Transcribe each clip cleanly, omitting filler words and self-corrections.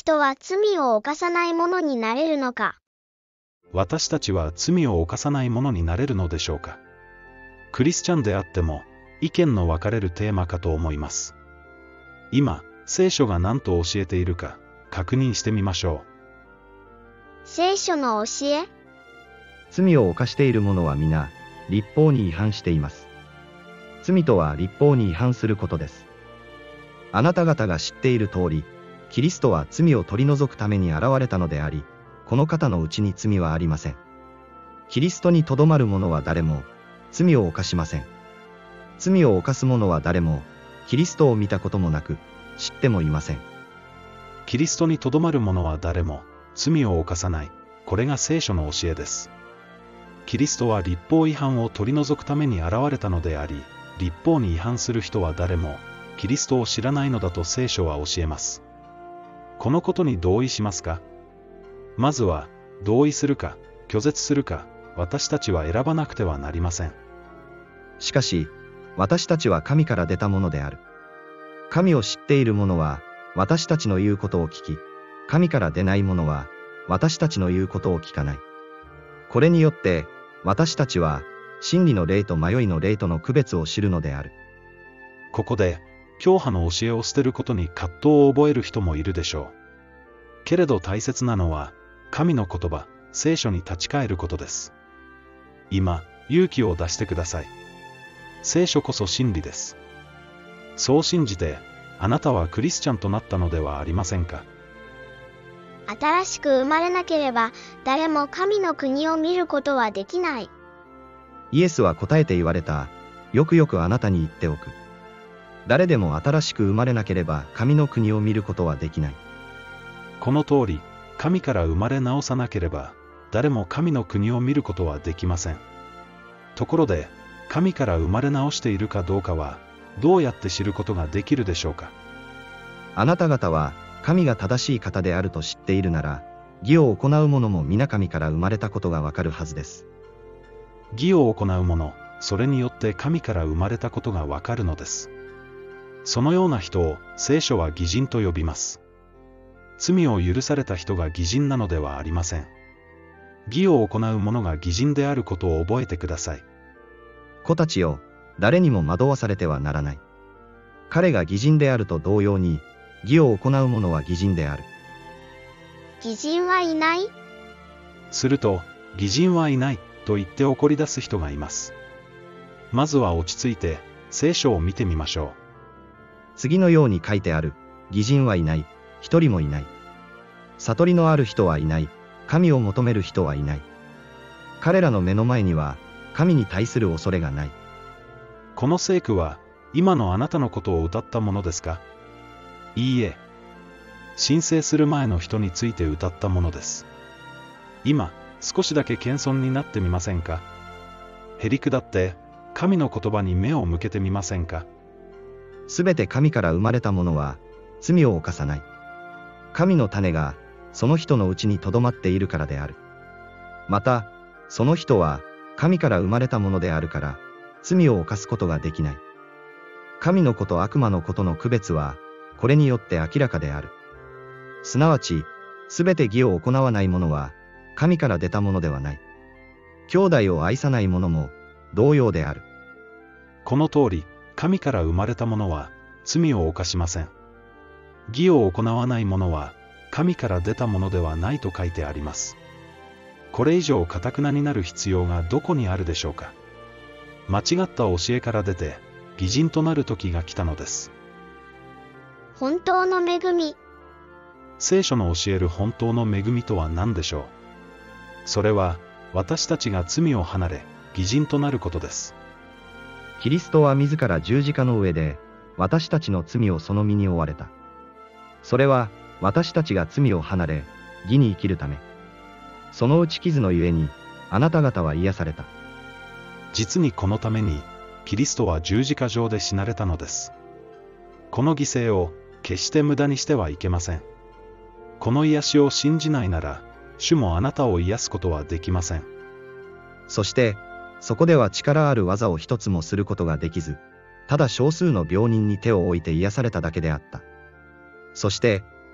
人は罪を犯さないものになれるのか。 私たちは罪を犯さないものになれるのでしょうか。クリスチャンであっても、意見の分かれるテーマかと思います。今、聖書が何と教えているか、確認してみましょう。聖書の教え？ 罪を犯している者は皆、律法に違反しています。罪とは律法に違反することです。あなた方が知っている通り、キリストは罪を取り除くために現れたのであり、この方のうちに罪はありません。キリストにとどまる者は誰も、罪を犯しません。罪を犯す者は誰も、キリストを見たこともなく、知ってもいません。 キリストにとどまる者は誰も、罪を犯さない。これが聖書の教えです。キリストは律法違反を取り除くために現れたのであり、律法に違反する人は誰も、キリストを知らないのだと聖書は教えます。このことに同意しますか？まずは、同意するか、拒絶するか、私たちは選ばなくてはなりません。 しかし、私たちは神から出たものである。神を知っている者は、私たちの言うことを聞き、神から出ない者は、私たちの言うことを聞かない。これによって、私たちは、真理の霊と迷いの霊との区別を知るのである。 ここで、教派の教えを捨てることに葛藤を覚える人もいるでしょう。けれど大切なのは、神の言葉、聖書に立ち返ることです。今、勇気を出してください。聖書こそ真理です。そう信じて、あなたはクリスチャンとなったのではありませんか。 新しく生まれなければ、誰も神の国を見ることはできない。 イエスは答えて言われた。よくよくあなたに言っておく。誰でも新しく生まれなければ神の国を見ることはできない。 この通り、神から生まれ直さなければ、誰も神の国を見ることはできません。ところで、神から生まれ直しているかどうかは、どうやって知ることができるでしょうか。 あなた方は、神が正しい方であると知っているなら、義を行う者も皆神から生まれたことがわかるはずです。 義を行う者、それによって神から生まれたことがわかるのです。そのような人を聖書は義人と呼びます。罪を許された人が義人なのではありません。義を行う者が義人であることを覚えてください。 子たちよ、誰にも惑わされてはならない。彼が義人であると同様に、義を行う者は義人である。 義人はいない？ すると、義人はいないと言って怒り出す人がいます。まずは落ち着いて、聖書を見てみましょう。 次のように書いてある。義人はいない。一人もいない。悟りのある人はいない。神を求める人はいない。彼らの目の前には、神に対する恐れがない。 この聖句は、今のあなたのことを歌ったものですか？いいえ。申請する前の人について歌ったものです。今、少しだけ謙遜になってみませんか？へりくだって、神の言葉に目を向けてみませんか？ すべて神から生まれたものは、罪を犯さない。神の種が、その人のうちにとどまっているからである。また、その人は、神から生まれたものであるから、罪を犯すことができない。神の子と悪魔の子との区別は、これによって明らかである。すなわち、すべて義を行わない者は、神から出たものではない。兄弟を愛さない者も、同様である。 この通り、神から生まれた者は、罪を犯しません。義を行わない者は、神から出たものではないと書いてあります。これ以上頑なになる必要がどこにあるでしょうか。間違った教えから出て、義人となる時が来たのです。 本当の恵み。 聖書の教える本当の恵みとは何でしょう。それは、私たちが罪を離れ、義人となることです。 キリストは自ら十字架の上で、私たちの罪をその身に負われた。それは、私たちが罪を離れ、義に生きるため。その打ち傷のゆえに、あなた方は癒された。 実にこのために、キリストは十字架上で死なれたのです。この犠牲を、決して無駄にしてはいけません。この癒しを信じないなら、主もあなたを癒すことはできません。 そして、そこでは力ある技を一つもすることができず、ただ少数の病人に手を置いて癒されただけであった。そして、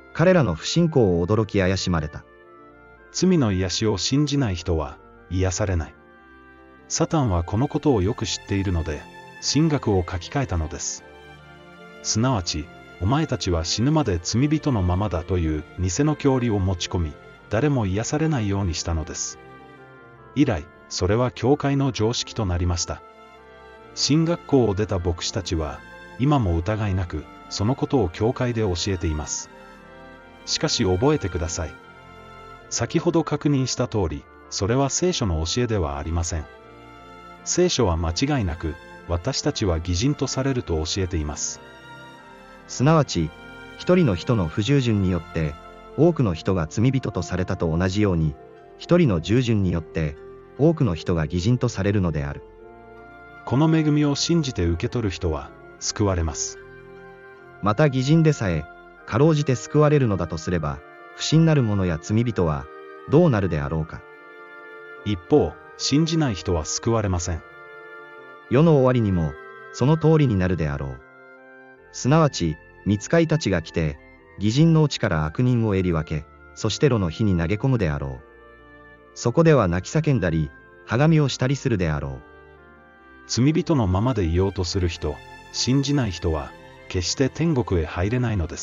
彼らの不信仰を驚き怪しまれた。 罪の癒しを信じない人は癒されない。サタンはこのことをよく知っているので、神学を書き換えたのです。すなわち、お前たちは死ぬまで罪人のままだという偽の教理を持ち込み、誰も癒されないようにしたのです。以来、それは教会の常識となりました。神学校を出た牧師たちは、今も疑いなく、そのことを教会で教えています。しかし覚えてください。先ほど確認した通り、それは聖書の教えではありません。聖書は間違いなく、私たちは義人とされると教えています。 すなわち、一人の人の不従順によって、多くの人が罪人とされたと同じように、一人の従順によって、多くの人が義人とされるのである。 この恵みを信じて受け取る人は、救われます。 また義人でさえ、かろうじて救われるのだとすれば、不信なる者や罪人は、どうなるであろうか。 一方、信じない人は救われません。 世の終わりにも、その通りになるであろう。すなわち、御使いたちが来て、義人のうちから悪人をえり分け、そして炉の火に投げ込むであろう。そこでは泣き叫んだり、はがみをしたりするであろう。 罪人のままでいようとする人、信じない人は、決して天国へ入れないのです。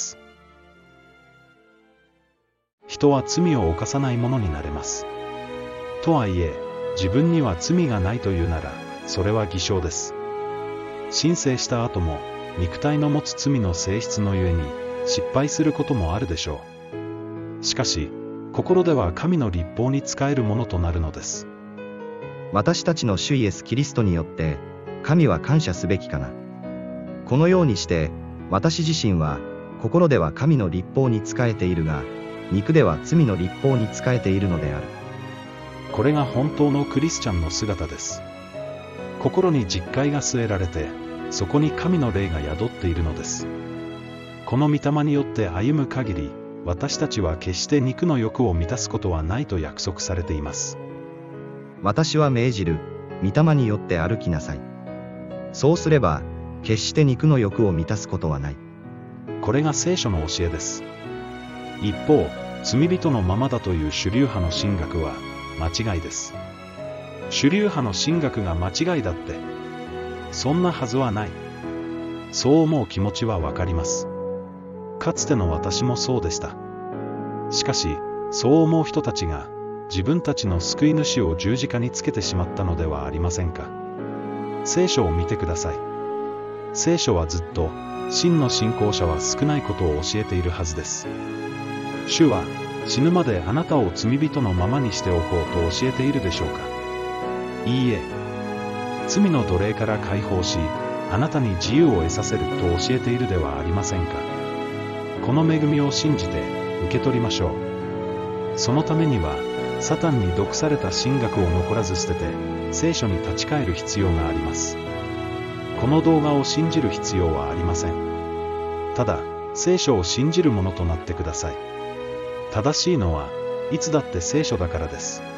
人は罪を犯さないものになれます。とはいえ、自分には罪がないというなら、それは偽証です。申請した後も、肉体の持つ罪の性質のゆえに、失敗することもあるでしょう。しかし、心では神の律法に仕えるものとなるのです。 私たちの主イエス・キリストによって、神は感謝すべきかな。このようにして、私自身は、心では神の律法に仕えているが、肉では罪の律法に仕えているのである。 これが本当のクリスチャンの姿です。心に実戒が据えられて、そこに神の霊が宿っているのです。この御霊によって歩む限り、私たちは決して肉の欲を満たすことはないと約束されています。 私は命じる、御霊によって歩きなさい。そうすれば、決して肉の欲を満たすことはない。 これが聖書の教えです。一方、罪人のままだという主流派の神学は、間違いです。主流派の神学が間違いだって、そんなはずはない。そう思う気持ちはわかります。かつての私もそうでした。しかし、そう思う人たちが、自分たちの救い主を十字架につけてしまったのではありませんか。聖書を見てください。聖書はずっと、真の信仰者は少ないことを教えているはずです。主は、死ぬまであなたを罪人のままにしておこうと教えているでしょうか。いいえ。罪の奴隷から解放し、あなたに自由を得させると教えているではありませんか。この恵みを信じて受け取りましょう。そのためには、サタンに毒された神学を残らず捨てて、聖書に立ち返る必要があります。この動画を信じる必要はありません。ただ、聖書を信じるものとなってください。正しいのは、いつだって聖書だからです。